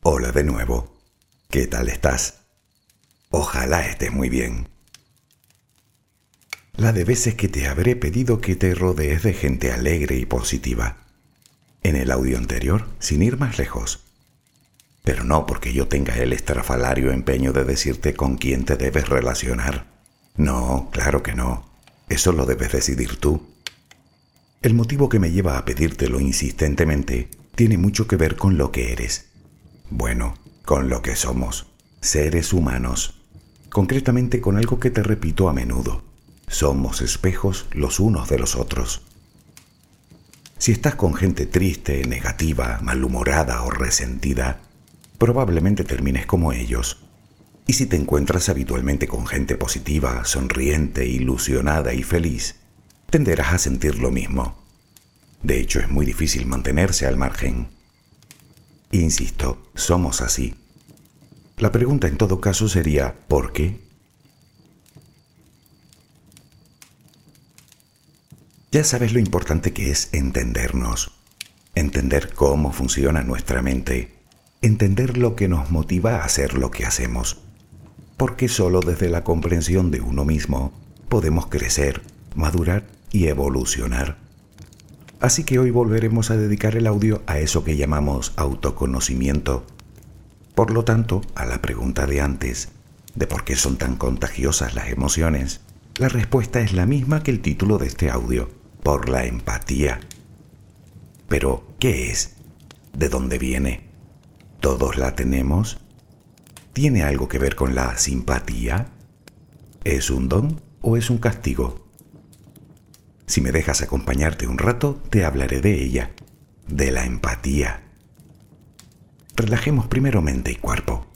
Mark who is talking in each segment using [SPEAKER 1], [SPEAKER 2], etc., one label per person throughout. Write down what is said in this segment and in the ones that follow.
[SPEAKER 1] Hola de nuevo. ¿Qué tal estás? Ojalá estés muy bien. La de veces que te habré pedido que te rodees de gente alegre y positiva. En el audio anterior, sin ir más lejos. Pero no porque yo tenga el estrafalario empeño de decirte con quién te debes relacionar. No, claro que no. Eso lo debes decidir tú. El motivo que me lleva a pedírtelo insistentemente tiene mucho que ver con lo que eres. Bueno, con lo que somos, seres humanos. Concretamente con algo que te repito a menudo. Somos espejos los unos de los otros. Si estás con gente triste, negativa, malhumorada o resentida, probablemente termines como ellos. Y si te encuentras habitualmente con gente positiva, sonriente, ilusionada y feliz, tenderás a sentir lo mismo. De hecho, es muy difícil mantenerse al margen. Insisto, somos así. La pregunta en todo caso sería, ¿por qué? Ya sabes lo importante que es entendernos, entender cómo funciona nuestra mente, entender lo que nos motiva a hacer lo que hacemos, porque solo desde la comprensión de uno mismo podemos crecer, madurar y evolucionar. Así que hoy volveremos a dedicar el audio a eso que llamamos autoconocimiento. Por lo tanto, a la pregunta de antes, de por qué son tan contagiosas las emociones, la respuesta es la misma que el título de este audio: por la empatía. Pero, ¿qué es? ¿De dónde viene? ¿Todos la tenemos? ¿Tiene algo que ver con la simpatía? ¿Es un don o es un castigo? Si me dejas acompañarte un rato, te hablaré de ella, de la empatía. Relajemos primero mente y cuerpo.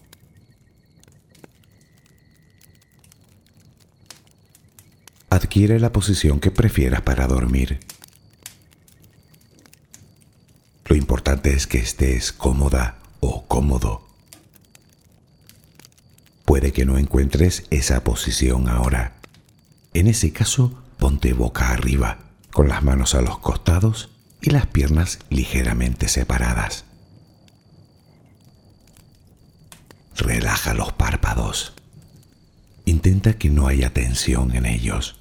[SPEAKER 1] Adquiere la posición que prefieras para dormir. Lo importante es que estés cómoda o cómodo. Puede que no encuentres esa posición ahora. En ese caso, ponte boca arriba, con las manos a los costados y las piernas ligeramente separadas. Relaja los párpados. Intenta que no haya tensión en ellos.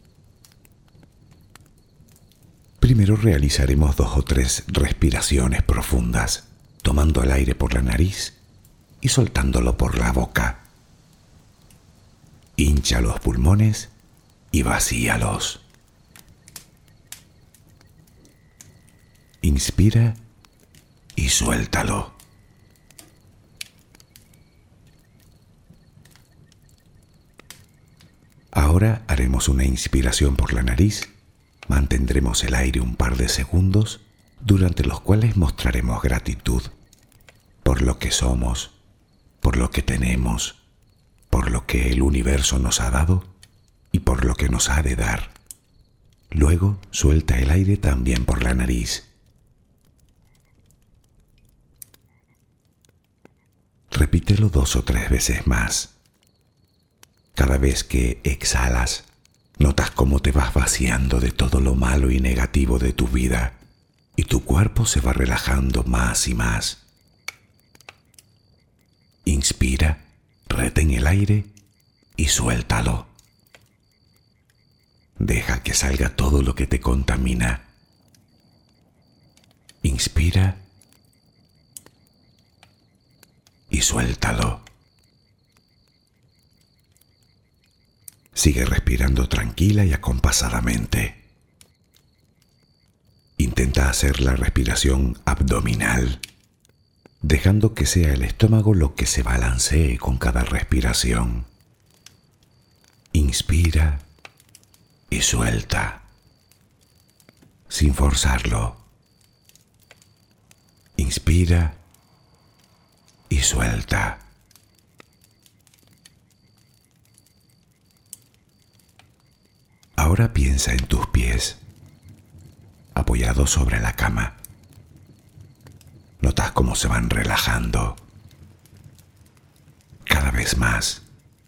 [SPEAKER 1] Primero realizaremos 2 o 3 respiraciones profundas, tomando el aire por la nariz y soltándolo por la boca. Hincha los pulmones y vacíalos. Inspira y suéltalo. Ahora haremos una inspiración por la nariz. Mantendremos el aire un par de segundos, durante los cuales mostraremos gratitud por lo que somos, por lo que tenemos, por lo que el universo nos ha dado y por lo que nos ha de dar. Luego suelta el aire también por la nariz. Repítelo 2 o 3 veces más. Cada vez que exhalas, notas cómo te vas vaciando de todo lo malo y negativo de tu vida y tu cuerpo se va relajando más y más. Inspira, retén el aire y suéltalo. Deja que salga todo lo que te contamina. Inspira y suéltalo. Sigue respirando tranquila y acompasadamente. Intenta hacer la respiración abdominal, dejando que sea el estómago lo que se balancee con cada respiración. Inspira y suelta, sin forzarlo. Inspira y suelta. Ahora piensa en tus pies, apoyados sobre la cama. Notas cómo se van relajando cada vez más.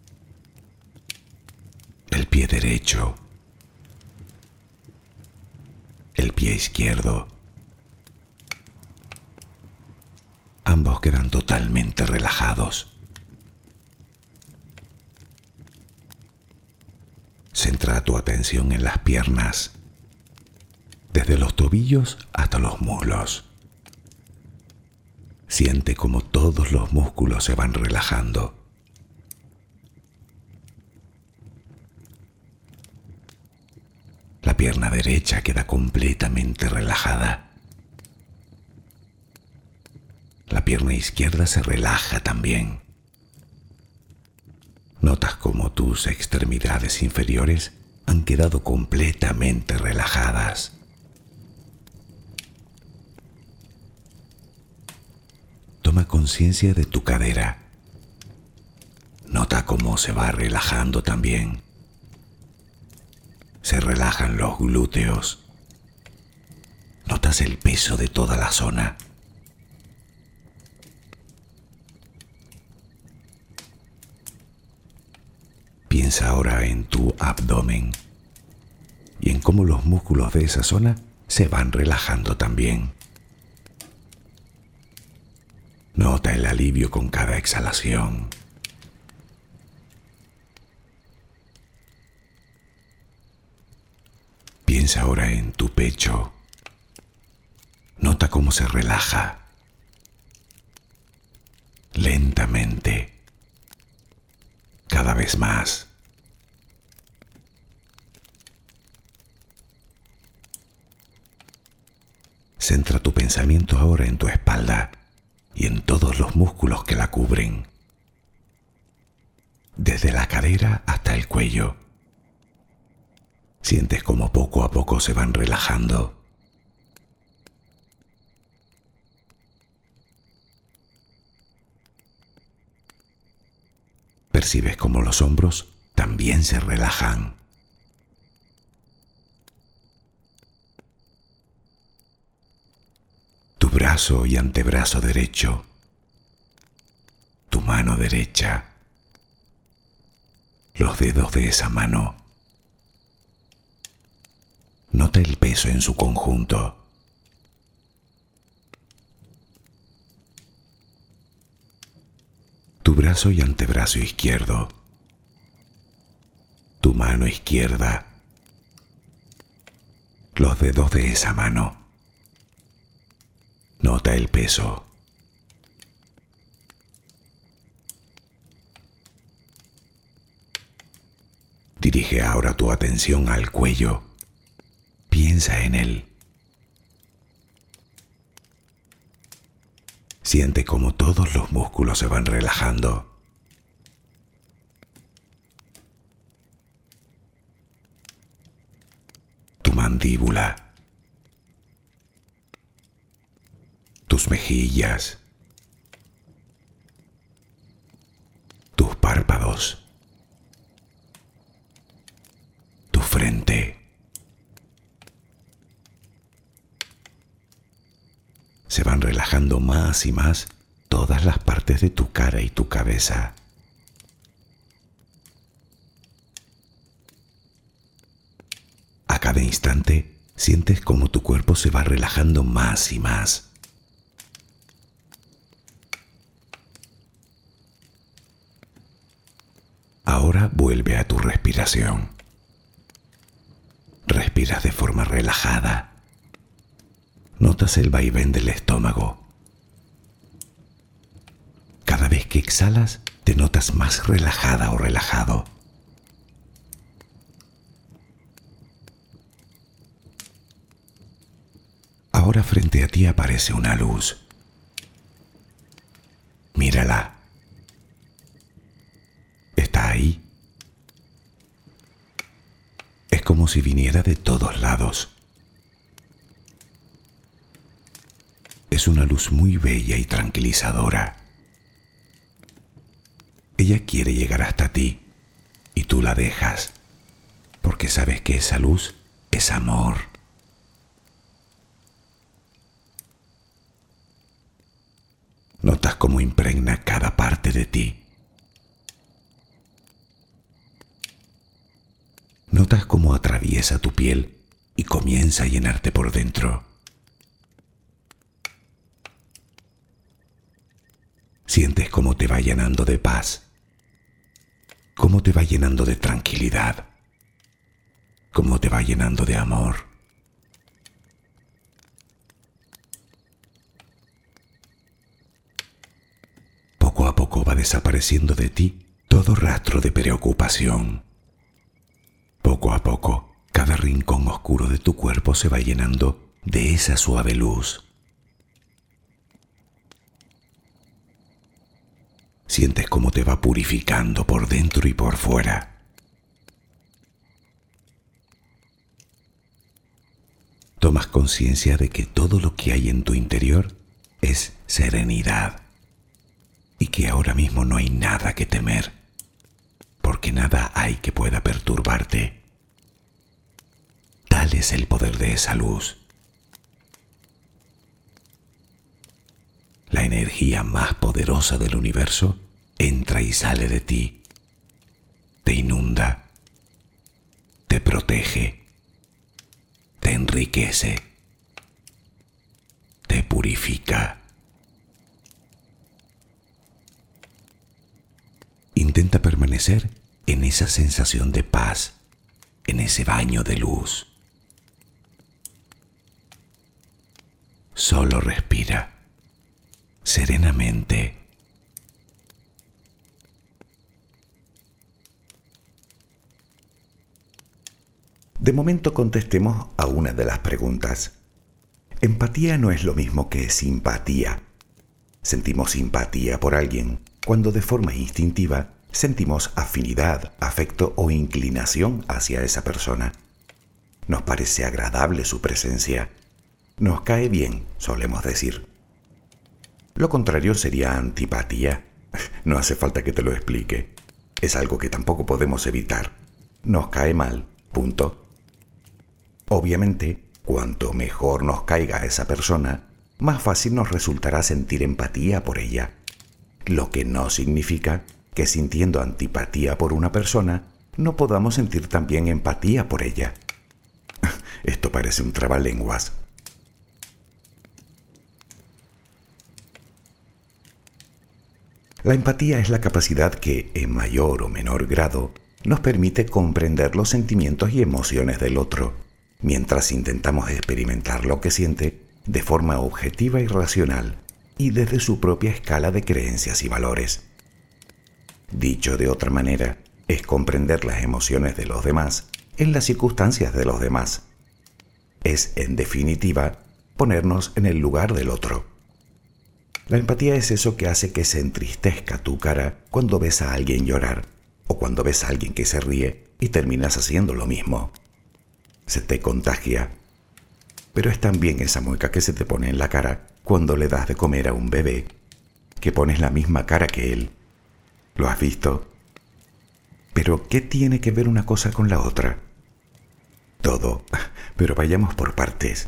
[SPEAKER 1] El pie derecho, el pie izquierdo, Ambos quedan totalmente relajados. Centra tu atención en las piernas, desde los tobillos hasta los muslos. Siente cómo todos los músculos se van relajando. La pierna derecha queda completamente relajada. La pierna izquierda se relaja también. Notas cómo tus extremidades inferiores han quedado completamente relajadas. Toma conciencia de tu cadera. Nota cómo se va relajando también. Se relajan los glúteos. Notas el peso de toda la zona. Piensa ahora en tu abdomen y en cómo los músculos de esa zona se van relajando también. Nota el alivio con cada exhalación. Piensa ahora en tu pecho. Nota cómo se relaja. Lentamente. Cada vez más. Centra tu pensamiento ahora en tu espalda y en todos los músculos que la cubren, desde la cadera hasta el cuello. Sientes cómo poco a poco se van relajando. Percibes cómo los hombros también se relajan. Tu brazo y antebrazo derecho, tu mano derecha, los dedos de esa mano. Nota el peso en su conjunto. Tu brazo y antebrazo izquierdo, tu mano izquierda, los dedos de esa mano. Nota el peso. Dirige ahora tu atención al cuello. Piensa en él. Siente cómo todos los músculos se van relajando. Tu mandíbula. Tus mejillas. Tus párpados. Tu frente. Se van relajando más y más todas las partes de tu cara y tu cabeza. A cada instante sientes cómo tu cuerpo se va relajando más y más. Ahora vuelve a tu respiración. Respiras de forma relajada. Notas el vaivén del estómago. Cada vez que exhalas, te notas más relajada o relajado. Ahora frente a ti aparece una luz. Mírala. Está ahí. Es como si viniera de todos lados. Es una luz muy bella y tranquilizadora. Ella quiere llegar hasta ti y tú la dejas, porque sabes que esa luz es amor. Notas cómo impregna cada parte de ti. Notas cómo atraviesa tu piel y comienza a llenarte por dentro.
[SPEAKER 2] Sientes cómo te va llenando de paz, cómo te va llenando de tranquilidad, cómo te va llenando de amor. Poco a poco va desapareciendo de ti todo rastro de preocupación. Poco a poco, cada rincón oscuro de tu cuerpo se va llenando de esa suave luz. Sientes cómo te va purificando por dentro y por fuera. Tomas conciencia de que todo lo que hay en tu interior es serenidad y que ahora mismo no hay nada que temer, porque nada hay que pueda perturbarte. Tal es el poder de esa luz. La energía más poderosa del universo entra y sale de ti, te inunda, te protege, te enriquece, te purifica. Intenta permanecer en esa sensación de paz, en ese baño de luz. Solo respira serenamente.
[SPEAKER 1] De momento contestemos a una de las preguntas. Empatía no es lo mismo que simpatía. Sentimos simpatía por alguien cuando de forma instintiva sentimos afinidad, afecto o inclinación hacia esa persona. Nos parece agradable su presencia. Nos cae bien, solemos decir. Lo contrario sería antipatía. No hace falta que te lo explique. Es algo que tampoco podemos evitar. Nos cae mal, punto. Obviamente, cuanto mejor nos caiga esa persona, más fácil nos resultará sentir empatía por ella. Lo que no significa que sintiendo antipatía por una persona, no podamos sentir también empatía por ella. Esto parece un trabalenguas. La empatía es la capacidad que, en mayor o menor grado, nos permite comprender los sentimientos y emociones del otro, mientras intentamos experimentar lo que siente de forma objetiva y racional y desde su propia escala de creencias y valores. Dicho de otra manera, es comprender las emociones de los demás en las circunstancias de los demás. Es, en definitiva, ponernos en el lugar del otro. La empatía es eso que hace que se entristezca tu cara cuando ves a alguien llorar o cuando ves a alguien que se ríe y terminas haciendo lo mismo. Se te contagia. Pero es también esa mueca que se te pone en la cara cuando le das de comer a un bebé, que pones la misma cara que él. ¿Lo has visto? Pero ¿qué tiene que ver una cosa con la otra? Todo, pero vayamos por partes.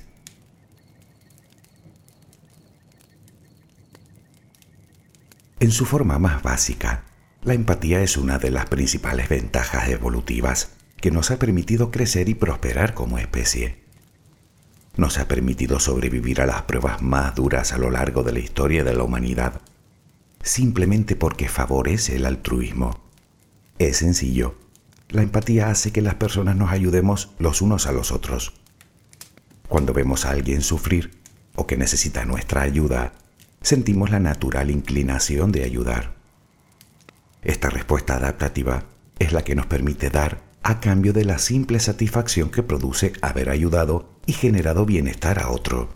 [SPEAKER 1] En su forma más básica, la empatía es una de las principales ventajas evolutivas que nos ha permitido crecer y prosperar como especie. Nos ha permitido sobrevivir a las pruebas más duras a lo largo de la historia de la humanidad, simplemente porque favorece el altruismo. Es sencillo. La empatía hace que las personas nos ayudemos los unos a los otros. Cuando vemos a alguien sufrir o que necesita nuestra ayuda, sentimos la natural inclinación de ayudar. Esta respuesta adaptativa es la que nos permite dar a cambio de la simple satisfacción que produce haber ayudado y generado bienestar a otro.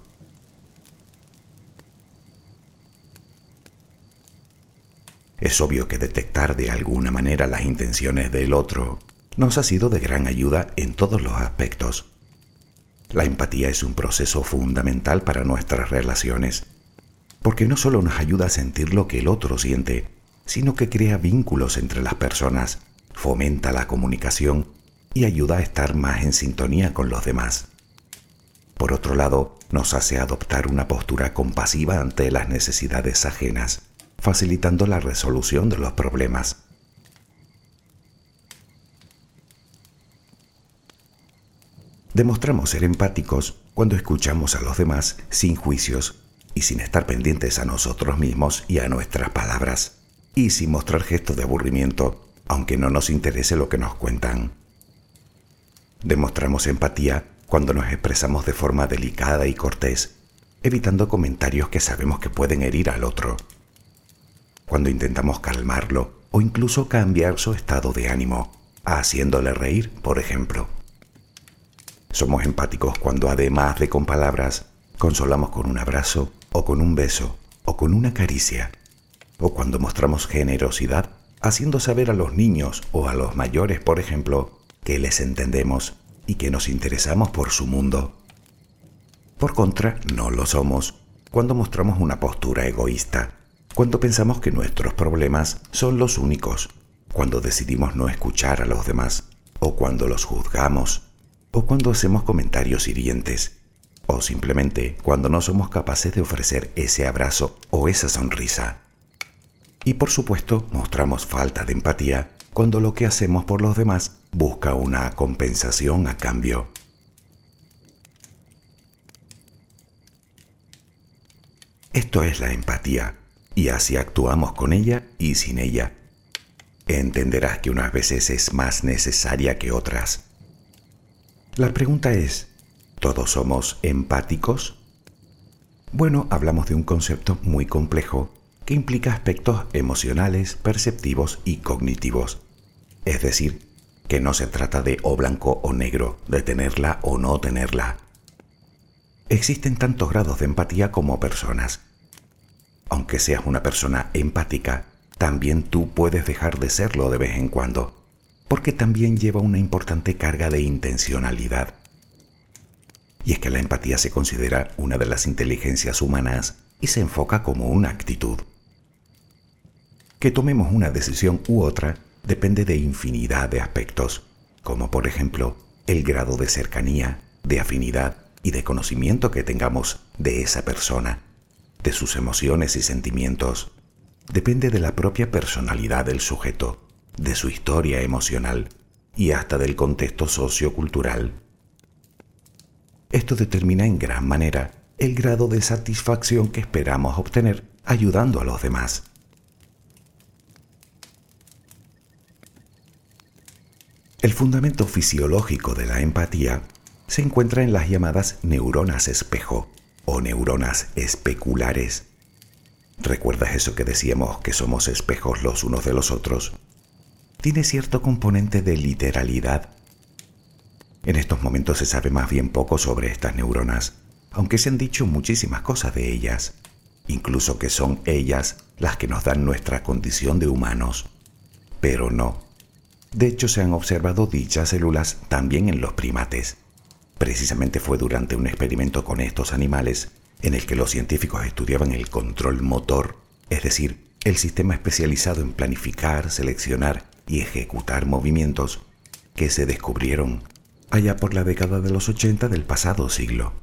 [SPEAKER 1] Es obvio que detectar de alguna manera las intenciones del otro nos ha sido de gran ayuda en todos los aspectos. La empatía es un proceso fundamental para nuestras relaciones, porque no solo nos ayuda a sentir lo que el otro siente, sino que crea vínculos entre las personas, fomenta la comunicación y ayuda a estar más en sintonía con los demás. Por otro lado, nos hace adoptar una postura compasiva ante las necesidades ajenas, facilitando la resolución de los problemas. Demostramos ser empáticos cuando escuchamos a los demás sin juicios y sin estar pendientes a nosotros mismos y a nuestras palabras, y sin mostrar gestos de aburrimiento, aunque no nos interese lo que nos cuentan. Demostramos empatía cuando nos expresamos de forma delicada y cortés, evitando comentarios que sabemos que pueden herir al otro. Cuando intentamos calmarlo o incluso cambiar su estado de ánimo, haciéndole reír, por ejemplo. Somos empáticos cuando, además de con palabras, consolamos con un abrazo o con un beso o con una caricia, o cuando mostramos generosidad haciendo saber a los niños o a los mayores, por ejemplo, que les entendemos y que nos interesamos por su mundo. Por contra, no lo somos cuando mostramos una postura egoísta, cuando pensamos que nuestros problemas son los únicos, cuando decidimos no escuchar a los demás, o cuando los juzgamos, o cuando hacemos comentarios hirientes, o simplemente cuando no somos capaces de ofrecer ese abrazo o esa sonrisa. Y por supuesto, mostramos falta de empatía cuando lo que hacemos por los demás busca una compensación a cambio. Esto es la empatía, y así actuamos con ella y sin ella. Entenderás que unas veces es más necesaria que otras. La pregunta es, ¿todos somos empáticos? Bueno, hablamos de un concepto muy complejo que implica aspectos emocionales, perceptivos y cognitivos. Es decir, que no se trata de o blanco o negro, de tenerla o no tenerla. Existen tantos grados de empatía como personas. Aunque seas una persona empática, también tú puedes dejar de serlo de vez en cuando, porque también lleva una importante carga de intencionalidad. Y es que la empatía se considera una de las inteligencias humanas y se enfoca como una actitud. Que tomemos una decisión u otra depende de infinidad de aspectos, como por ejemplo el grado de cercanía, de afinidad y de conocimiento que tengamos de esa persona, de sus emociones y sentimientos. Depende de la propia personalidad del sujeto, de su historia emocional y hasta del contexto sociocultural. Esto determina en gran manera el grado de satisfacción que esperamos obtener ayudando a los demás. El fundamento fisiológico de la empatía se encuentra en las llamadas neuronas espejo o neuronas especulares. ¿Recuerdas eso que decíamos que somos espejos los unos de los otros? Tiene cierto componente de literalidad. En estos momentos se sabe más bien poco sobre estas neuronas, aunque se han dicho muchísimas cosas de ellas, incluso que son ellas las que nos dan nuestra condición de humanos. Pero no. De hecho, se han observado dichas células también en los primates. Precisamente fue durante un experimento con estos animales en el que los científicos estudiaban el control motor, es decir, el sistema especializado en planificar, seleccionar y ejecutar movimientos, que se descubrieron allá por la década de los 80 del pasado siglo.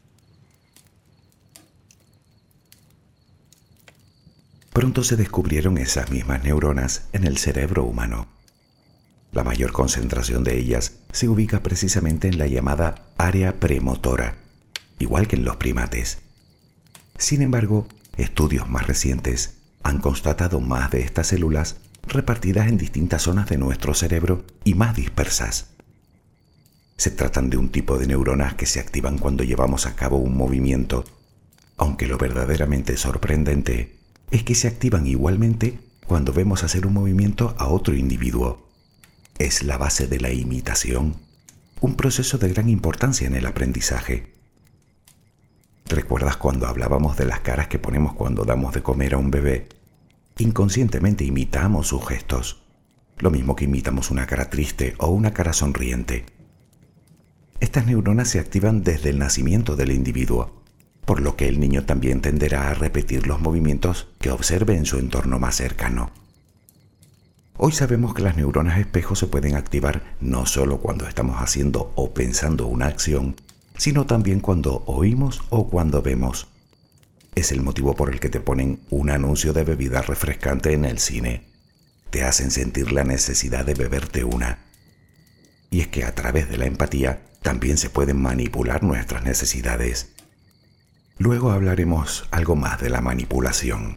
[SPEAKER 1] Pronto se descubrieron esas mismas neuronas en el cerebro humano. La mayor concentración de ellas se ubica precisamente en la llamada área premotora, igual que en los primates. Sin embargo, estudios más recientes han constatado más de estas células repartidas en distintas zonas de nuestro cerebro y más dispersas. Se tratan de un tipo de neuronas que se activan cuando llevamos a cabo un movimiento, aunque lo verdaderamente sorprendente es que se activan igualmente cuando vemos hacer un movimiento a otro individuo. Es la base de la imitación, un proceso de gran importancia en el aprendizaje. ¿Recuerdas cuando hablábamos de las caras que ponemos cuando damos de comer a un bebé? Inconscientemente imitamos sus gestos, lo mismo que imitamos una cara triste o una cara sonriente. Estas neuronas se activan desde el nacimiento del individuo, por lo que el niño también tenderá a repetir los movimientos que observe en su entorno más cercano. Hoy sabemos que las neuronas espejo se pueden activar no solo cuando estamos haciendo o pensando una acción, sino también cuando oímos o cuando vemos. Es el motivo por el que te ponen un anuncio de bebida refrescante en el cine. Te hacen sentir la necesidad de beberte una. Y es que a través de la empatía también se pueden manipular nuestras necesidades. Luego hablaremos algo más de la manipulación.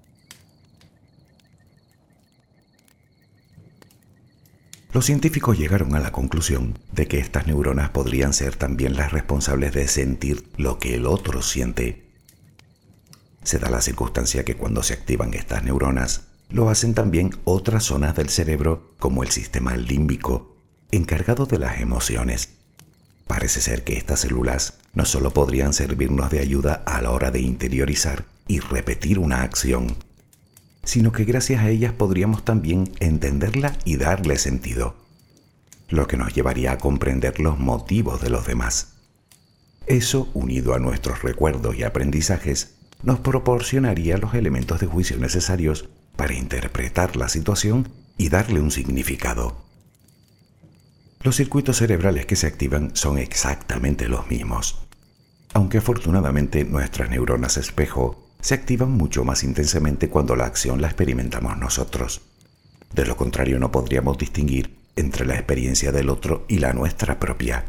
[SPEAKER 1] Los científicos llegaron a la conclusión de que estas neuronas podrían ser también las responsables de sentir lo que el otro siente. Se da la circunstancia que cuando se activan estas neuronas, lo hacen también otras zonas del cerebro, como el sistema límbico, encargado de las emociones. Parece ser que estas células no solo podrían servirnos de ayuda a la hora de interiorizar y repetir una acción, sino que gracias a ellas podríamos también entenderla y darle sentido, lo que nos llevaría a comprender los motivos de los demás. Eso, unido a nuestros recuerdos y aprendizajes, nos proporcionaría los elementos de juicio necesarios para interpretar la situación y darle un significado. Los circuitos cerebrales que se activan son exactamente los mismos, aunque afortunadamente nuestras neuronas espejo se activan mucho más intensamente cuando la acción la experimentamos nosotros. De lo contrario, no podríamos distinguir entre la experiencia del otro y la nuestra propia.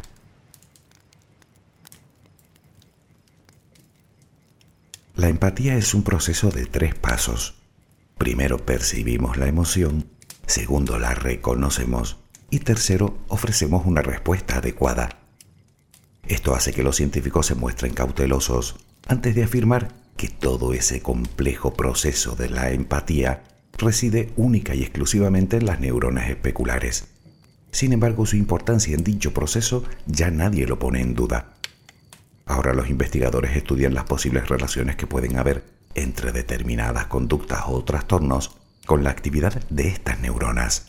[SPEAKER 1] La empatía es un proceso de 3 pasos. Primero percibimos la emoción, segundo la reconocemos y tercero ofrecemos una respuesta adecuada. Esto hace que los científicos se muestren cautelosos antes de afirmar que todo ese complejo proceso de la empatía reside única y exclusivamente en las neuronas especulares. Sin embargo, su importancia en dicho proceso ya nadie lo pone en duda. Ahora los investigadores estudian las posibles relaciones que pueden haber entre determinadas conductas o trastornos con la actividad de estas neuronas.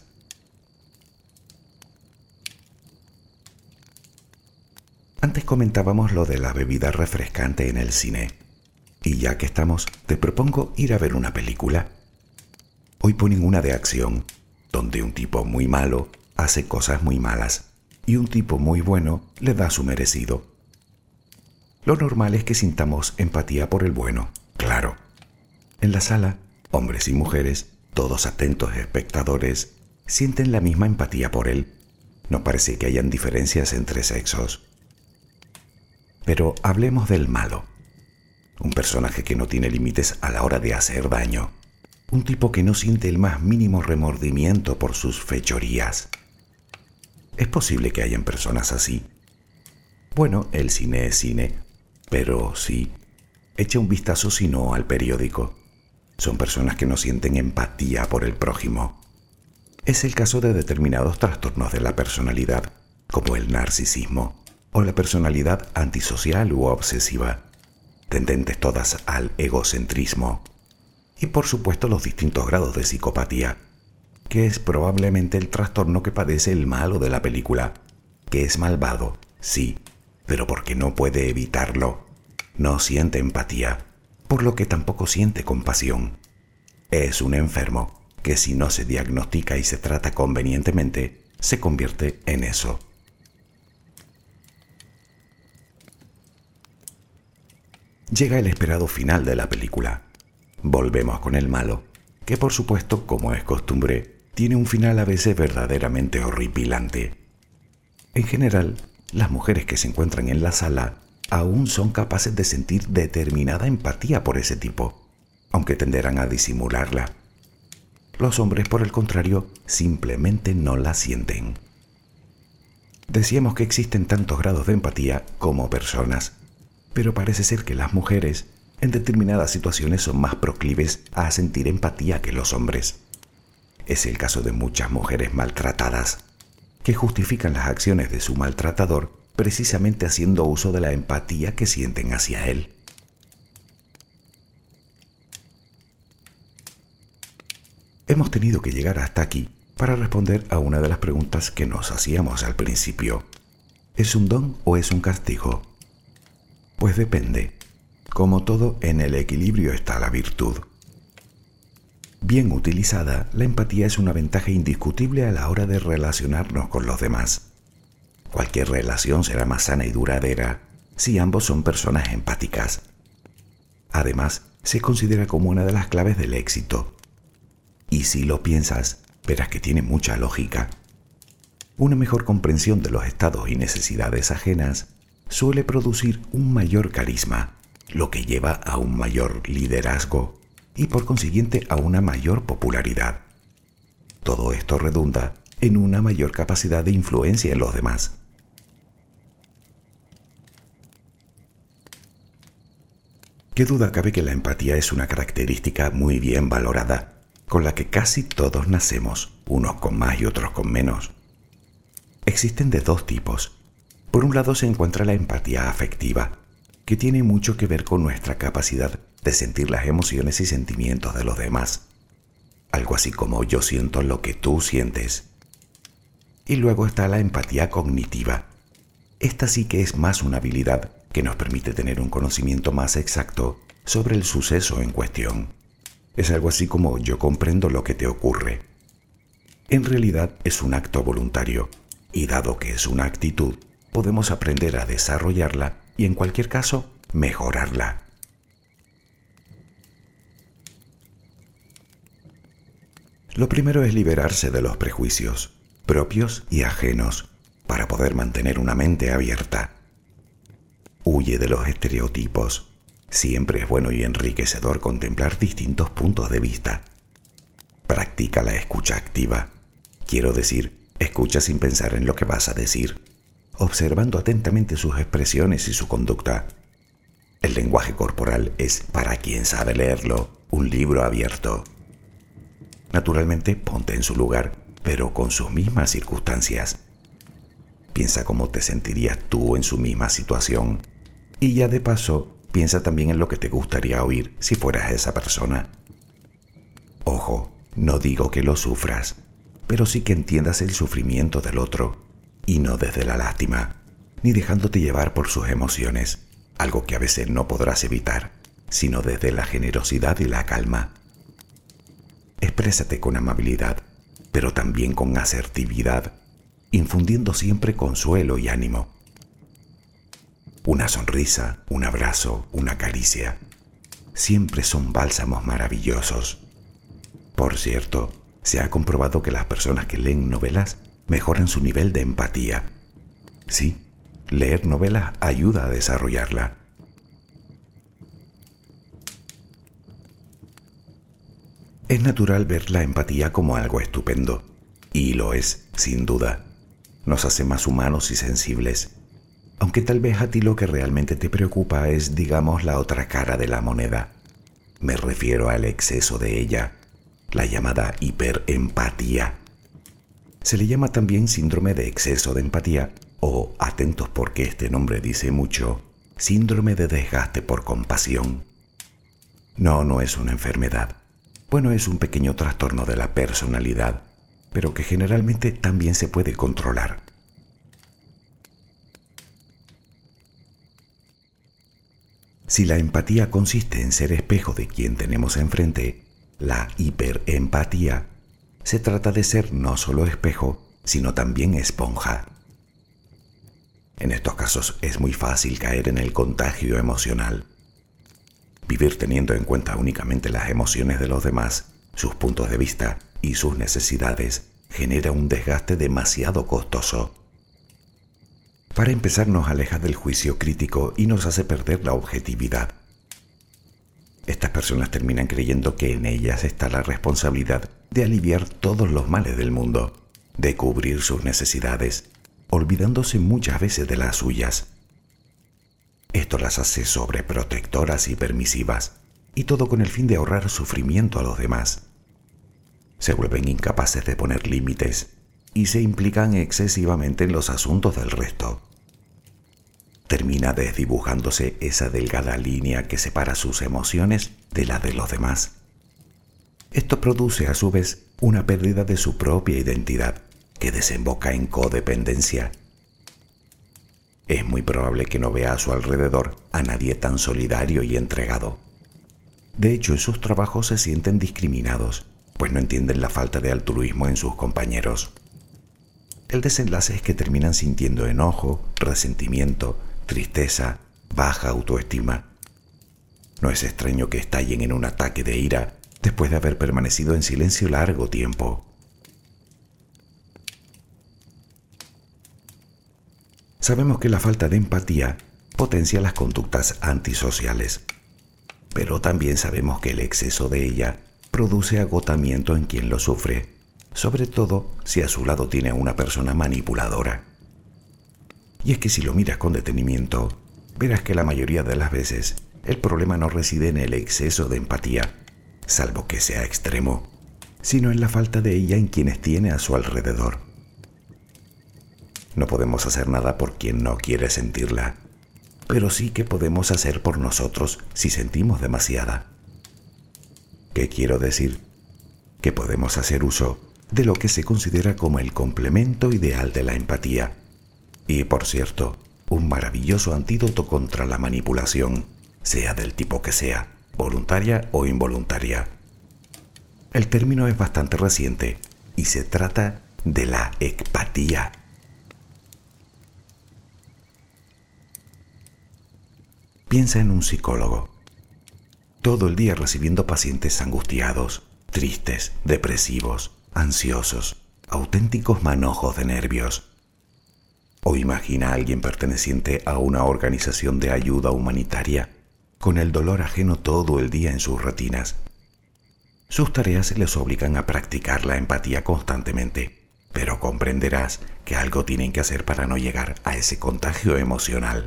[SPEAKER 1] Antes comentábamos lo de la bebida refrescante en el cine. Y ya que estamos, te propongo ir a ver una película. Hoy ponen una de acción, donde un tipo muy malo hace cosas muy malas y un tipo muy bueno le da su merecido. Lo normal es que sintamos empatía por el bueno, claro. En la sala, hombres y mujeres, todos atentos espectadores, sienten la misma empatía por él. No parece que hayan diferencias entre sexos. Pero hablemos del malo. Un personaje que no tiene límites a la hora de hacer daño. Un tipo que no siente el más mínimo remordimiento por sus fechorías. ¿Es posible que hayan personas así? Bueno, el cine es cine, pero sí. Echa un vistazo si no al periódico. Son personas que no sienten empatía por el prójimo. Es el caso de determinados trastornos de la personalidad, como el narcisismo o la personalidad antisocial u obsesiva, tendentes todas al egocentrismo, y por supuesto los distintos grados de psicopatía, que es probablemente el trastorno que padece el malo de la película, que es malvado, sí, pero porque no puede evitarlo. No siente empatía, por lo que tampoco siente compasión. Es un enfermo que si no se diagnostica y se trata convenientemente, se convierte en eso. Llega el esperado final de la película. Volvemos con el malo, que por supuesto, como es costumbre, tiene un final a veces verdaderamente horripilante. En general, las mujeres que se encuentran en la sala aún son capaces de sentir determinada empatía por ese tipo, aunque tenderán a disimularla. Los hombres, por el contrario, simplemente no la sienten. Decíamos que existen tantos grados de empatía como personas, pero parece ser que las mujeres en determinadas situaciones son más proclives a sentir empatía que los hombres. Es el caso de muchas mujeres maltratadas, que justifican las acciones de su maltratador precisamente haciendo uso de la empatía que sienten hacia él. Hemos tenido que llegar hasta aquí para responder a una de las preguntas que nos hacíamos al principio. ¿Es un don o es un castigo? Pues depende. Como todo, en el equilibrio está la virtud. Bien utilizada, la empatía es una ventaja indiscutible a la hora de relacionarnos con los demás. Cualquier relación será más sana y duradera si ambos son personas empáticas. Además, se considera como una de las claves del éxito. Y si lo piensas, verás que tiene mucha lógica. Una mejor comprensión de los estados y necesidades ajenas suele producir un mayor carisma, lo que lleva a un mayor liderazgo y por consiguiente a una mayor popularidad. Todo esto redunda en una mayor capacidad de influencia en los demás. Qué duda cabe que la empatía es una característica muy bien valorada, con la que casi todos nacemos, unos con más y otros con menos. Existen de dos tipos. Por un lado se encuentra la empatía afectiva, que tiene mucho que ver con nuestra capacidad de sentir las emociones y sentimientos de los demás. Algo así como yo siento lo que tú sientes. Y luego está la empatía cognitiva. Esta sí que es más una habilidad que nos permite tener un conocimiento más exacto sobre el suceso en cuestión. Es algo así como yo comprendo lo que te ocurre. En realidad es un acto voluntario, y dado que es una actitud, podemos aprender a desarrollarla y en cualquier caso, mejorarla. Lo primero es liberarse de los prejuicios, propios y ajenos, para poder mantener una mente abierta. Huye de los estereotipos. Siempre es bueno y enriquecedor contemplar distintos puntos de vista. Practica la escucha activa. Quiero decir, escucha sin pensar en lo que vas a decir, observando atentamente sus expresiones y su conducta. El lenguaje corporal es, para quien sabe leerlo, un libro abierto. Naturalmente, ponte en su lugar, pero con sus mismas circunstancias. Piensa cómo te sentirías tú en su misma situación. Y ya de paso, piensa también en lo que te gustaría oír si fueras esa persona. Ojo, no digo que lo sufras, pero sí que entiendas el sufrimiento del otro, y no desde la lástima, ni dejándote llevar por sus emociones, algo que a veces no podrás evitar, sino desde la generosidad y la calma. Exprésate con amabilidad, pero también con asertividad, infundiendo siempre consuelo y ánimo. Una sonrisa, un abrazo, una caricia, siempre son bálsamos maravillosos. Por cierto, se ha comprobado que las personas que leen novelas mejoran su nivel de empatía. Sí, leer novelas ayuda a desarrollarla. Es natural ver la empatía como algo estupendo, y lo es, sin duda. Nos hace más humanos y sensibles, aunque tal vez a ti lo que realmente te preocupa es, digamos, la otra cara de la moneda. Me refiero al exceso de ella, la llamada hiperempatía. Se le llama también síndrome de exceso de empatía o, atentos porque este nombre dice mucho, síndrome de desgaste por compasión. No es una enfermedad. Bueno, es un pequeño trastorno de la personalidad, pero que generalmente también se puede controlar. Si la empatía consiste en ser espejo de quien tenemos enfrente, la hiperempatía se trata de ser no solo espejo, sino también esponja. En estos casos es muy fácil caer en el contagio emocional. Vivir teniendo en cuenta únicamente las emociones de los demás, sus puntos de vista y sus necesidades genera un desgaste demasiado costoso. Para empezar, nos aleja del juicio crítico y nos hace perder la objetividad. Estas personas terminan creyendo que en ellas está la responsabilidad de aliviar todos los males del mundo, de cubrir sus necesidades, olvidándose muchas veces de las suyas. Esto las hace sobreprotectoras y permisivas, y todo con el fin de ahorrar sufrimiento a los demás. Se vuelven incapaces de poner límites y se implican excesivamente en los asuntos del resto. Termina desdibujándose esa delgada línea que separa sus emociones de la de los demás. Esto produce a su vez una pérdida de su propia identidad que desemboca en codependencia. Es muy probable que no vea a su alrededor a nadie tan solidario y entregado. De hecho, en sus trabajos se sienten discriminados, pues no entienden la falta de altruismo en sus compañeros. El desenlace es que terminan sintiendo enojo, resentimiento, tristeza, baja autoestima. No es extraño que estallen en un ataque de ira después de haber permanecido en silencio largo tiempo. Sabemos que la falta de empatía potencia las conductas antisociales. Pero también sabemos que el exceso de ella produce agotamiento en quien lo sufre, sobre todo si a su lado tiene a una persona manipuladora. Y es que si lo miras con detenimiento, verás que la mayoría de las veces el problema no reside en el exceso de empatía, salvo que sea extremo, sino en la falta de ella en quienes tiene a su alrededor. No podemos hacer nada por quien no quiere sentirla, pero sí que podemos hacer por nosotros si sentimos demasiada. ¿Qué quiero decir? Que podemos hacer uso de lo que se considera como el complemento ideal de la empatía. Y, por cierto, un maravilloso antídoto contra la manipulación, sea del tipo que sea, voluntaria o involuntaria. El término es bastante reciente y se trata de la ecpatía. Piensa en un psicólogo, todo el día recibiendo pacientes angustiados, tristes, depresivos, ansiosos, auténticos manojos de nervios. O imagina a alguien perteneciente a una organización de ayuda humanitaria, con el dolor ajeno todo el día en sus rutinas. Sus tareas les obligan a practicar la empatía constantemente, pero comprenderás que algo tienen que hacer para no llegar a ese contagio emocional.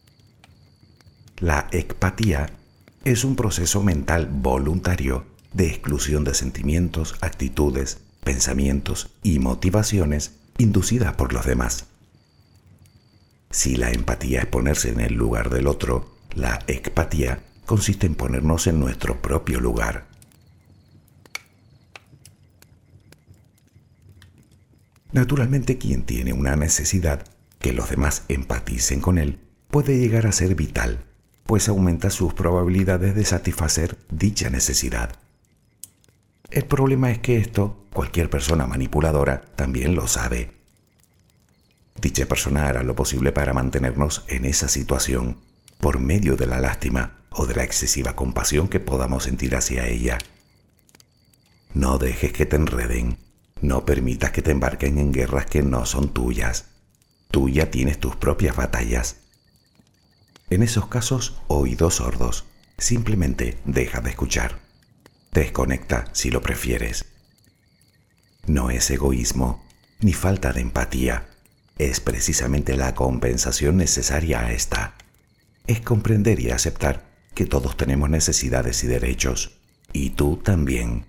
[SPEAKER 1] La ecpatía es un proceso mental voluntario de exclusión de sentimientos, actitudes, pensamientos y motivaciones inducidas por los demás. Si la empatía es ponerse en el lugar del otro, la ecpatía consiste en ponernos en nuestro propio lugar. Naturalmente, quien tiene una necesidad que los demás empaticen con él puede llegar a ser vital, pues aumenta sus probabilidades de satisfacer dicha necesidad. El problema es que esto, cualquier persona manipuladora también lo sabe. Dicha persona hará lo posible para mantenernos en esa situación, por medio de la lástima o de la excesiva compasión que podamos sentir hacia ella. No dejes que te enreden, no permitas que te embarquen en guerras que no son tuyas. Tú ya tienes tus propias batallas. En esos casos, oídos sordos. Simplemente deja de escuchar. Desconecta si lo prefieres. No es egoísmo, ni falta de empatía. Es precisamente la compensación necesaria a esta. Es comprender y aceptar que todos tenemos necesidades y derechos. Y tú también.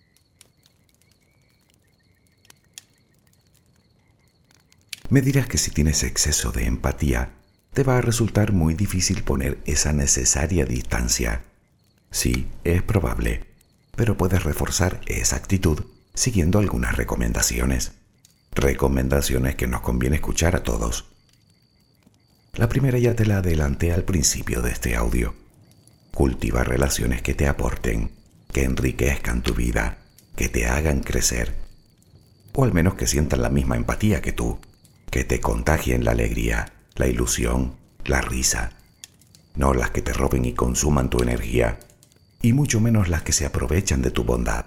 [SPEAKER 1] Me dirás que si tienes exceso de empatía, te va a resultar muy difícil poner esa necesaria distancia. Sí, es probable, pero puedes reforzar esa actitud siguiendo algunas recomendaciones. Recomendaciones que nos conviene escuchar a todos. La primera ya te la adelanté al principio de este audio. Cultiva relaciones que te aporten, que enriquezcan tu vida, que te hagan crecer. O al menos que sientan la misma empatía que tú, que te contagien la alegría, la ilusión, la risa. No las que te roben y consuman tu energía, y mucho menos las que se aprovechan de tu bondad.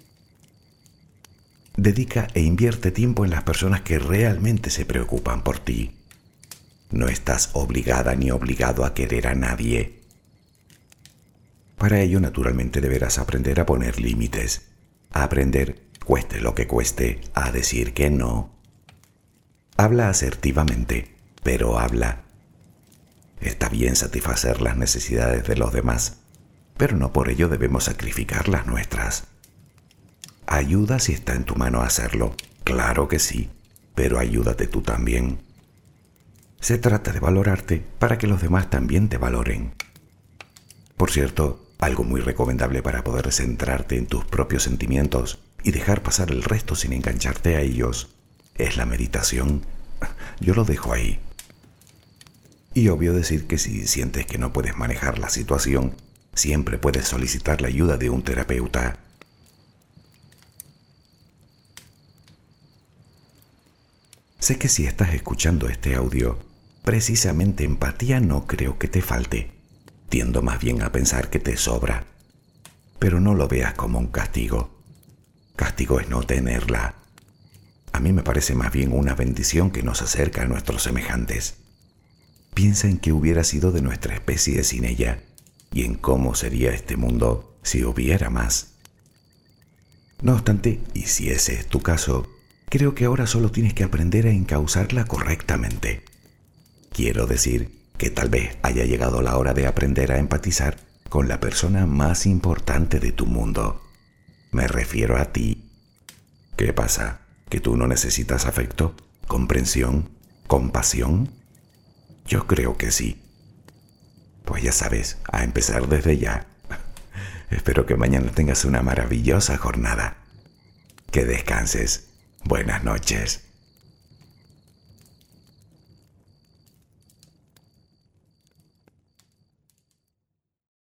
[SPEAKER 1] Dedica e invierte tiempo en las personas que realmente se preocupan por ti. No estás obligada ni obligado a querer a nadie. Para ello, naturalmente, deberás aprender a poner límites, a aprender, cueste lo que cueste, a decir que no. Habla asertivamente, pero habla. Está bien satisfacer las necesidades de los demás, pero no por ello debemos sacrificar las nuestras. Ayuda si está en tu mano hacerlo, claro que sí, pero ayúdate tú también. Se trata de valorarte para que los demás también te valoren. Por cierto, algo muy recomendable para poder centrarte en tus propios sentimientos y dejar pasar el resto sin engancharte a ellos es la meditación. Yo lo dejo ahí. Y obvio decir que si sientes que no puedes manejar la situación, siempre puedes solicitar la ayuda de un terapeuta. Sé que si estás escuchando este audio, precisamente empatía no creo que te falte. Tiendo más bien a pensar que te sobra. Pero no lo veas como un castigo. Castigo es no tenerla. A mí me parece más bien una bendición que nos acerca a nuestros semejantes. piensa en qué hubiera sido de nuestra especie sin ella y en cómo sería este mundo si hubiera más. No obstante, y si ese es tu caso, creo que ahora solo tienes que aprender a encauzarla correctamente. Quiero decir que tal vez haya llegado la hora de aprender a empatizar con la persona más importante de tu mundo. Me refiero a ti. ¿Qué pasa? ¿Que tú no necesitas afecto, comprensión, compasión? Yo creo que sí. Pues ya sabes, a empezar desde ya. Espero que mañana tengas una maravillosa jornada. Que descanses. Buenas noches.